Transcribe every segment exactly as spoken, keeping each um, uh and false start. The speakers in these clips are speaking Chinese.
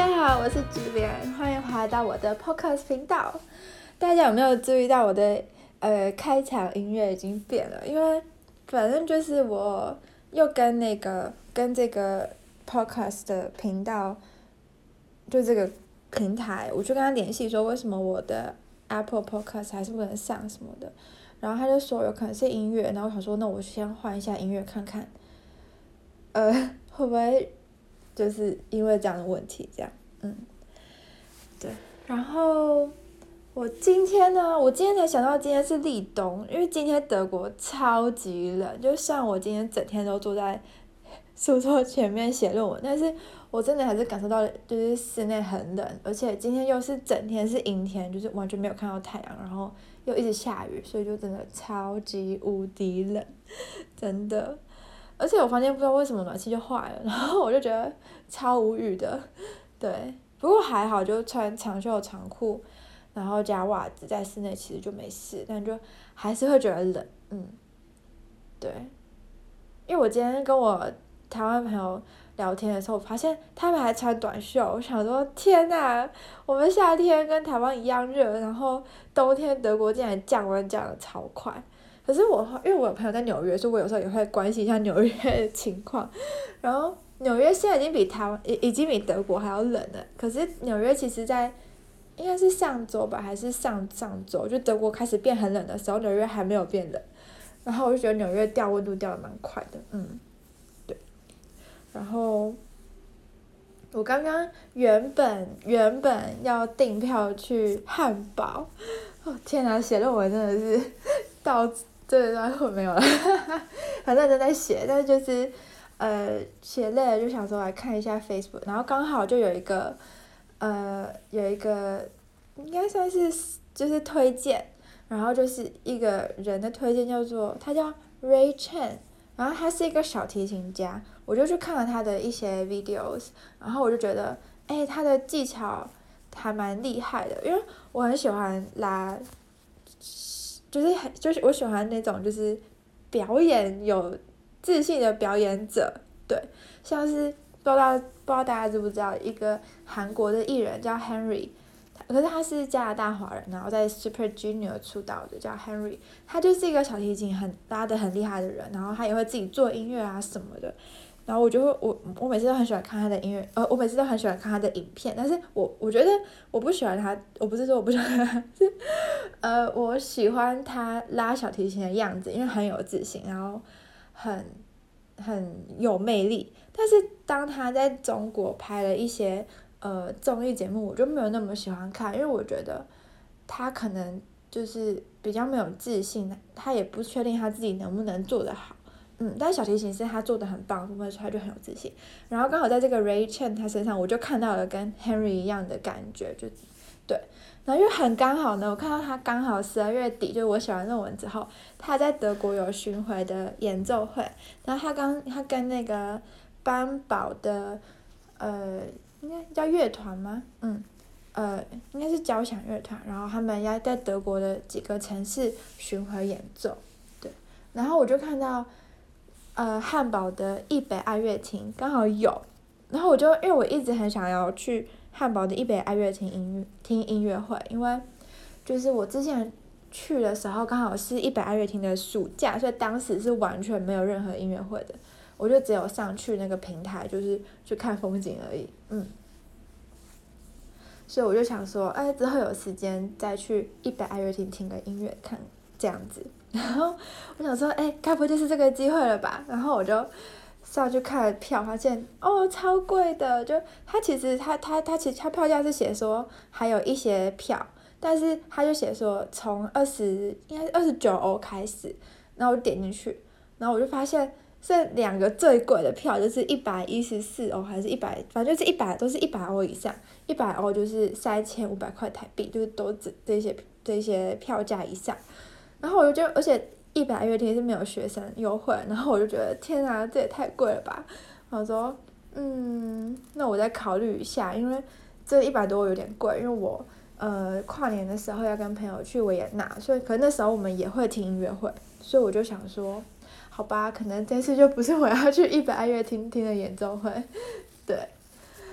家好，我是竹莲，欢迎回来到我的 podcast 频道。大家有没有注意到我的呃开场音乐已经变了？因为反正就是我又跟那个跟这个 podcast 的频道，就这个平台，我就跟他联系说为什么我的 Apple Podcast 还是不能上什么的，然后他就说有可能是音乐，然后我想说那我先换一下音乐看看，呃会不会就是因为这样的问题这样，嗯，对，然后我今天呢，我今天才想到今天是立冬，因为今天德国超级冷，就像我今天整天都坐在书桌前面写论文，但是我真的还是感受到就是室内很冷，而且今天又是整天是阴天，就是完全没有看到太阳，然后又一直下雨，所以就真的超级无敌冷，真的。而且我房间不知道为什么暖气就坏了，然后我就觉得超无语的，对，不过还好就穿长袖长裤，然后加袜子在室内其实就没事，但就还是会觉得冷，嗯，对，因为我今天跟我台湾朋友聊天的时候，我发现他们还穿短袖，我想说天哪，我们夏天跟台湾一样热，然后冬天德国竟然降温降得超快。可是我因为我有朋友在纽约，所以我有时候也会关心一下纽约的情况。然后纽约现在已经比台湾已已经比德国还要冷了，可是纽约其实在应该是上周吧，还是上上周，就德国开始变很冷的时候，纽约还没有变冷。然后我就觉得纽约掉温度掉的蛮快的，嗯，对。然后我刚刚原本原本要订票去汉堡，哦天哪，写论文真的是到这段会没有了，很认真在写，但是就是呃写累了就想说来看一下 Facebook， 然后刚好就有一个呃有一个应该算是就是推荐，然后就是一个人的推荐叫做他叫 Ray Chen， 然后他是一个小提琴家，我就去看了他的一些 videos， 然后我就觉得哎、欸、他的技巧还蛮厉害的，因为我很喜欢拉。就是很就是我喜欢那种就是表演有自信的表演者，对，像是不知道不知道大家知不知道一个韩国的艺人叫 Henry， 可是他是加拿大华人，然后在 Super Junior 出道的叫 Henry， 他就是一个小提琴很拉得很厉害的人，然后他也会自己做音乐啊什么的。然后我就会我我每次都很喜欢看他的音乐，呃，我每次都很喜欢看他的影片，但是我我觉得我不喜欢他，我不是说我不喜欢他，是呃我喜欢他拉小提琴的样子，因为很有自信，然后很很有魅力。但是当他在中国拍了一些呃综艺节目，我就没有那么喜欢看，因为我觉得他可能就是比较没有自信，他也不确定他自己能不能做得好。嗯，但是小提琴是他做的很棒的部分，所以他就很有自信。然后刚好在这个 Ray Chen 他身上，我就看到了跟 Henry 一样的感觉，就对。然后又很刚好呢，我看到他刚好十二月底，就是我写完论文之后，他在德国有巡回的演奏会。然后他刚他跟那个班堡的呃，应该叫乐团吗？嗯，呃，应该是交响乐团。然后他们要在德国的几个城市巡回演奏，对。然后我就看到。呃，汉堡的易北爱乐厅刚好有，然后我就因为我一直很想要去汉堡的易北爱乐厅音乐听音乐会，因为就是我之前去的时候刚好是易北爱乐厅的暑假，所以当时是完全没有任何音乐会的，我就只有上去那个平台就是去看风景而已，嗯。所以我就想说，哎，之后有时间再去易北爱乐厅听个音乐看这样子。然后我想说，哎，该不会就是这个机会了吧？然后我就上去看了票，发现哦，超贵的。就他其实他他他其实他票价是写说还有一些票，但是他就写说从二十应该是二十九欧开始，然后我就点进去，然后我就发现这两个最贵的票就是一百一十四欧还是一百，反正就是一百都是一百欧以上，一百欧就是三千五百块台币，就是都这这些这些票价以上。然后我就觉得，而且一百乐厅是没有学生优惠，然后我就觉得天啊，这也太贵了吧！我说，嗯，那我再考虑一下，因为这一百多有点贵，因为我呃跨年的时候要跟朋友去维也纳，所以可能那时候我们也会听音乐会，所以我就想说，好吧，可能这次就不是我要去一百爱乐厅听的演奏会，对。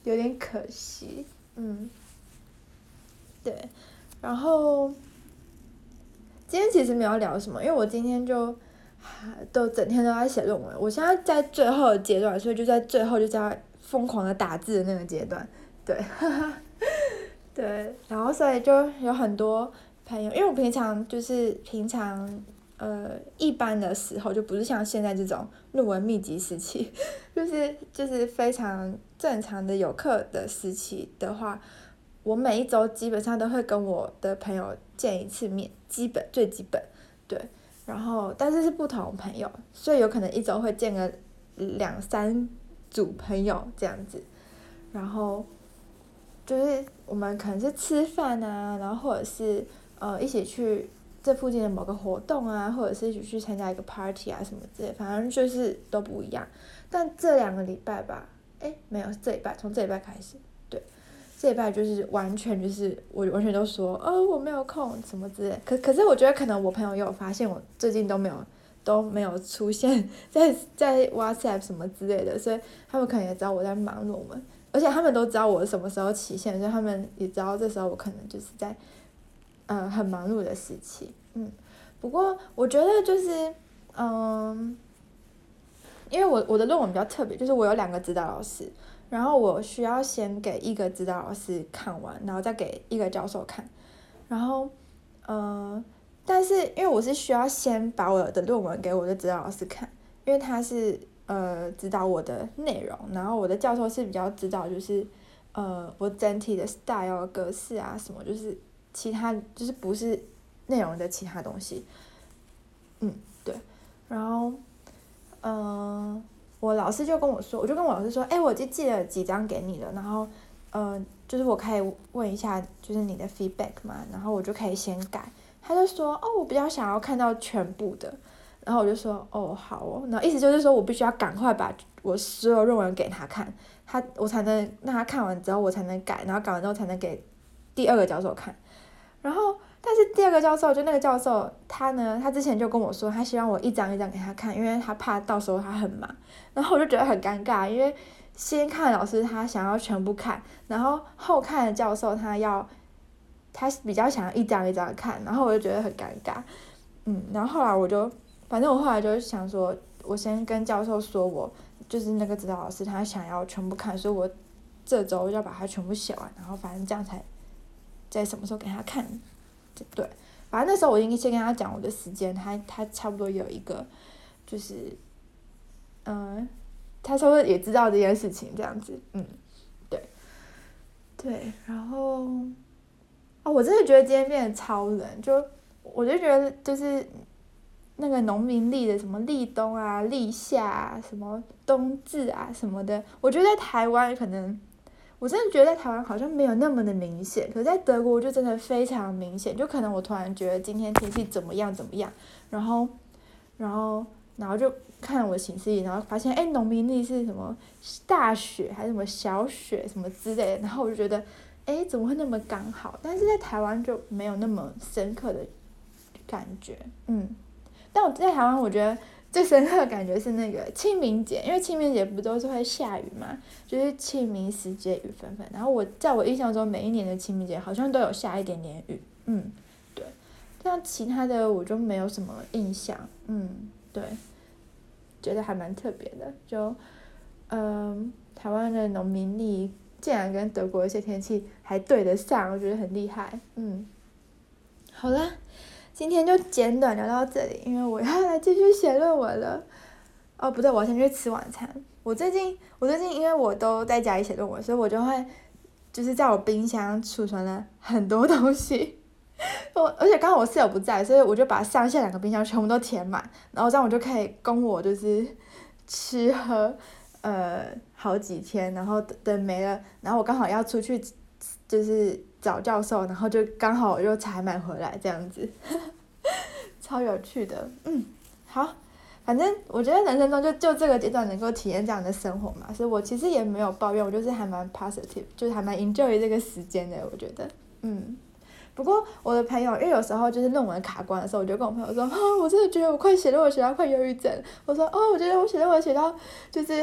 有点可惜，嗯，对，然后今天其实没有聊什么，因为我今天就都整天都在写论文，我现在在最后的阶段，所以就在最后就在疯狂的打字的那个阶段，对，对，然后所以就有很多朋友，因为我平常就是平常呃一般的时候就不是像现在这种论文密集时期，就是就是非常正常的有课的时期的话，我每一周基本上都会跟我的朋友见一次面，基本最基本，对，然后但是是不同朋友，所以有可能一周会见个两三组朋友这样子，然后就是我们可能是吃饭啊，然后或者是呃一起去这附近的某个活动啊，或者是一起去参加一个 party 啊什么之类，反正就是都不一样。但这两个礼拜吧，诶，没有，这礼拜从这礼拜开始，对，这礼拜就是完全就是我完全都说，哦我没有空什么之类，可可是我觉得可能我朋友也有发现我最近都没有都没有出现在在 WhatsApp 什么之类的，所以他们可能也知道我在忙论文。而且他们都知道我什么时候期限，所以他们也知道这时候我可能就是在，呃，很忙碌的时期，嗯，不过我觉得就是，嗯，因为我我的论文比较特别，就是我有两个指导老师，然后我需要先给一个指导老师看完，然后再给一个教授看，然后，呃，但是因为我是需要先把我的论文给我的指导老师看，因为他是。呃，指导我的内容，然后我的教授是比较指导，就是呃，我整体的 style 格式啊什么，就是其他就是不是内容的其他东西，嗯，对，然后，嗯、呃，我老师就跟我说，我就跟我老师说，哎，我就寄了几张给你了，然后，嗯、呃，就是我可以问一下，就是你的 feedback 嘛，然后我就可以先改，他就说，哦，我比较想要看到全部的。然后我就说哦好哦，然后意思就是说我必须要赶快把我所有论文给他看，他我才能让他看完之后我才能改，然后改完之后才能给第二个教授看。然后但是第二个教授就那个教授他呢，他之前就跟我说他希望我一张一张给他看，因为他怕到时候他很忙。然后我就觉得很尴尬，因为先看老师他想要全部看，然后后看的教授他要他比较想要一张一张看，然后我就觉得很尴尬。嗯，然后后来我就。反正我后来就想说，我先跟教授说我就是那个指导老师他想要全部看，所以我这周要把它全部写完，然后反正这样才在什么时候给他看，对，反正那时候我已经先跟他讲我的时间，他他差不多有一个就是，嗯，他差不多也知道这件事情这样子，嗯，对，对，然后，哦，我真的觉得今天变得超冷，就我就觉得就是。那个农民历的什么立冬啊、立夏啊、什么冬至啊什么的，我觉得在台湾可能，我真的觉得在台湾好像没有那么的明显，可是在德国就真的非常明显，就可能我突然觉得今天天气怎么样怎么样，然后，然后，然后就看我的行事历，然后发现哎农民历是什么大雪还是什么小雪什么之类的，然后我就觉得哎怎么会那么刚好，但是在台湾就没有那么深刻的感觉，嗯。但我在台湾，我觉得最深刻的感觉是那个清明节，因为清明节不都是会下雨嘛，就是清明时节雨纷纷。然后我在我印象中，每一年的清明节好像都有下一点点雨，嗯，对。像其他的我就没有什么印象，嗯，对，觉得还蛮特别的。就，嗯，台湾的农民历竟然跟德国一些天气还对得上，我觉得很厉害，嗯。好啦。今天就简短聊到这里，因为我要来继续写论文了。哦，不对，我要先去吃晚餐。我最近，我最近因为我都在家里写论文，所以我就会就是在我冰箱储存了很多东西。我而且刚好我室友不在，所以我就把上下两个冰箱全部都填满，然后这样我就可以供我就是吃喝呃好几天，然后等没了，然后我刚好要出去就是找教授，然后就刚好又采买回来这样子，超有趣的，嗯，好，反正我觉得人生中就就这个阶段能够体验这样的生活嘛，所以我其实也没有抱怨，我就是还蛮 positive， 就是还蛮 enjoy 这个时间的，我觉得，嗯。不过我的朋友，因为有时候就是论文卡关的时候，我就跟我朋友说，啊，我真的觉得我快写论文写到快忧郁症。我说，哦，我觉得我写论文写到就是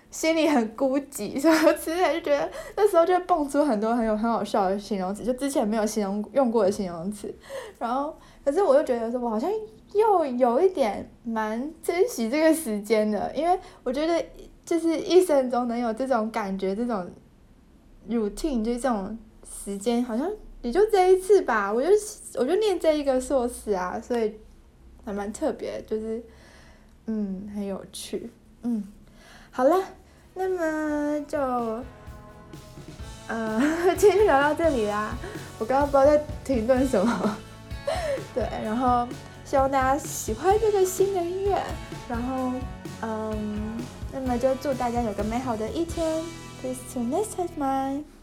心里很孤寂，所以我之前就觉得那时候就会蹦出很多很有很好笑的形容词，就之前没有形容用过的形容词，然后可是我又觉得说我好像又有一点蛮珍惜这个时间的，因为我觉得就是一生中能有这种感觉，这种 routine 就是这种时间，好像也就这一次吧，我就我就念这一个硕士啊，所以还蛮特别，就是嗯很有趣，嗯，好了，那么就呃今天就聊到这里啦，我刚刚不知道在停顿什么，对，然后希望大家喜欢这个新的音乐，然后嗯，那么就祝大家有个美好的一天。Please tune next time, mine.